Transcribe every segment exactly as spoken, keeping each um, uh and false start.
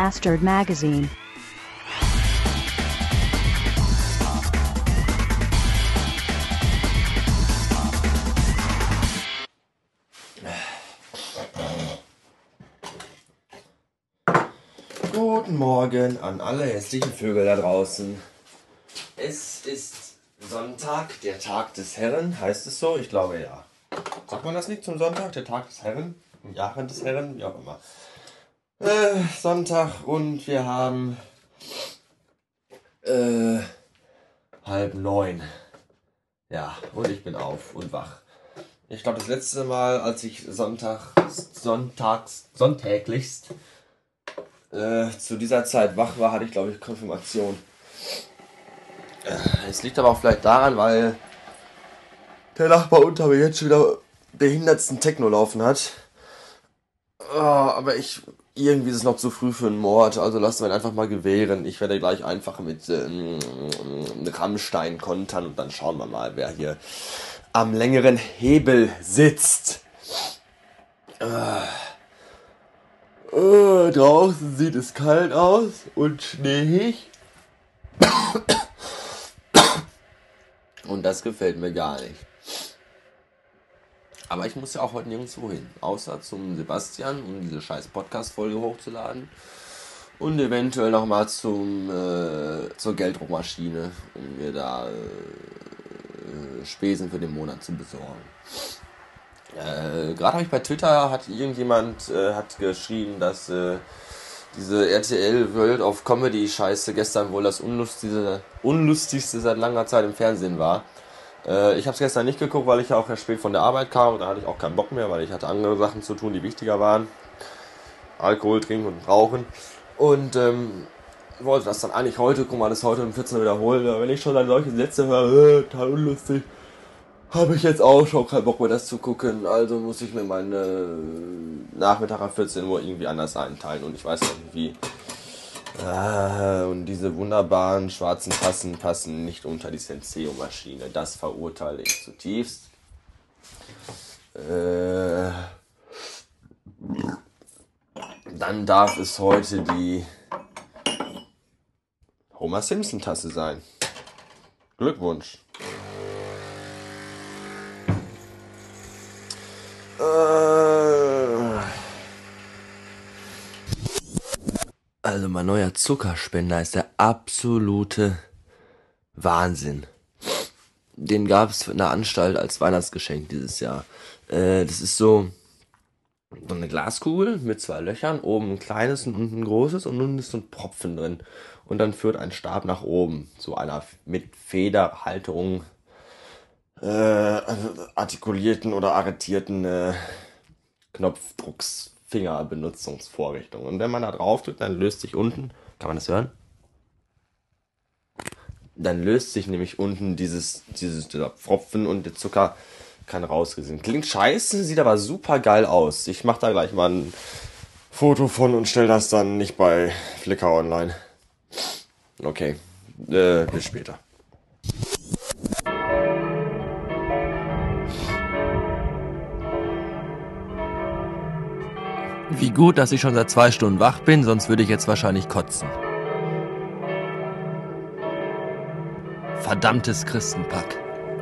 Bastard Magazine. Guten Morgen an alle hässlichen Vögel da draußen. Es ist Sonntag, der Tag des Herren, heißt es so? Ich glaube ja. Sagt man das nicht zum Sonntag, der Tag des Herren? Im Jahren des Herren? Wie auch immer. Äh, Sonntag und wir haben äh, halb neun. Ja, und ich bin auf und wach. Ich glaube, das letzte Mal, als ich Sonntag, sonntags, sonntäglichst äh, zu dieser Zeit wach war, hatte ich, glaube ich, Konfirmation. Es liegt aber auch vielleicht daran, weil der Nachbar unter mir jetzt schon wieder behindertsten Techno laufen hat. Oh, aber ich, irgendwie ist es noch zu früh für einen Mord, also lassen wir ihn einfach mal gewähren. Ich werde gleich einfach mit ähm, Rammstein kontern und dann schauen wir mal, wer hier am längeren Hebel sitzt. Äh, äh, draußen sieht es kalt aus und schneeig. Und das gefällt mir gar nicht. Aber ich muss ja auch heute nirgendwo hin, außer zum Sebastian, um diese scheiß Podcast-Folge hochzuladen. Und eventuell nochmal zum äh, zur Gelddruckmaschine, um mir da äh, Spesen für den Monat zu besorgen. Äh, Gerade habe ich bei Twitter, hat irgendjemand äh, hat geschrieben, dass äh, diese R T L World of Comedy Scheiße gestern wohl das unlustigste, unlustigste seit langer Zeit im Fernsehen war. Äh, ich habe es gestern nicht geguckt, weil ich ja auch erst spät von der Arbeit kam und da hatte ich auch keinen Bock mehr, weil ich hatte andere Sachen zu tun, die wichtiger waren. Alkohol trinken und rauchen. Und ähm, wollte das dann eigentlich heute, guck mal, das heute um vierzehn Uhr wiederholen. Aber wenn ich schon dann solche Sätze höre, äh, total unlustig, habe ich jetzt auch schon keinen Bock mehr, das zu gucken. Also muss ich mir meinen äh, Nachmittag um vierzehn Uhr irgendwie anders einteilen. Und ich weiß nicht wie. Ah, und diese wunderbaren schwarzen Tassen passen nicht unter die Senseo-Maschine. Das verurteile ich zutiefst. Äh, dann darf es heute die Homer Simpson-Tasse sein. Glückwunsch. Also mein neuer Zuckerspender ist der absolute Wahnsinn. Den gab es in der Anstalt als Weihnachtsgeschenk dieses Jahr. Äh, das ist so, so eine Glaskugel mit zwei Löchern, oben ein kleines und unten ein großes und unten ist so ein Propfen drin. Und dann führt ein Stab nach oben zu einer mit Federhalterung äh, artikulierten oder arretierten äh, Knopfdrucks. Fingerbenutzungsvorrichtung. Und wenn man da drauf drückt, dann löst sich unten, kann man das hören? Dann löst sich nämlich unten dieses, dieses dieser Pfropfen und der Zucker kann rausgesehen. Klingt scheiße, sieht aber super geil aus. Ich mach da gleich mal ein Foto von und stell das dann nicht bei Flickr online. Okay, äh, bis später. Wie gut, dass ich schon seit zwei Stunden wach bin, sonst würde ich jetzt wahrscheinlich kotzen. Verdammtes Christenpack.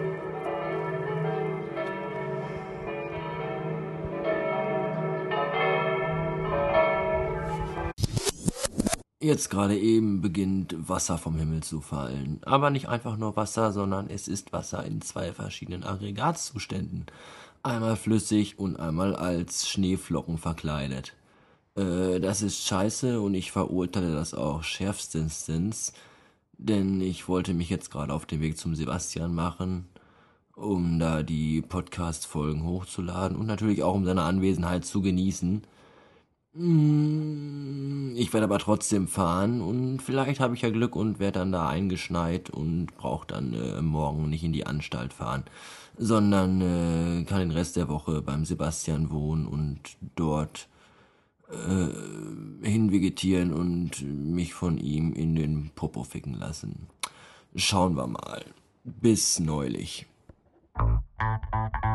Jetzt gerade eben beginnt Wasser vom Himmel zu fallen. Aber nicht einfach nur Wasser, sondern es ist Wasser in zwei verschiedenen Aggregatzuständen. Einmal flüssig und einmal als Schneeflocken verkleidet. Äh, das ist scheiße und ich verurteile das auch schärfstens, denn ich wollte mich jetzt gerade auf den Weg zum Sebastian machen, um da die Podcast-Folgen hochzuladen und natürlich auch um seine Anwesenheit zu genießen. Ich werde aber trotzdem fahren und vielleicht habe ich ja Glück und werde dann da eingeschneit und brauche dann äh, morgen nicht in die Anstalt fahren, sondern äh, kann den Rest der Woche beim Sebastian wohnen und dort äh, hinvegetieren und mich von ihm in den Popo ficken lassen. Schauen wir mal. Bis neulich.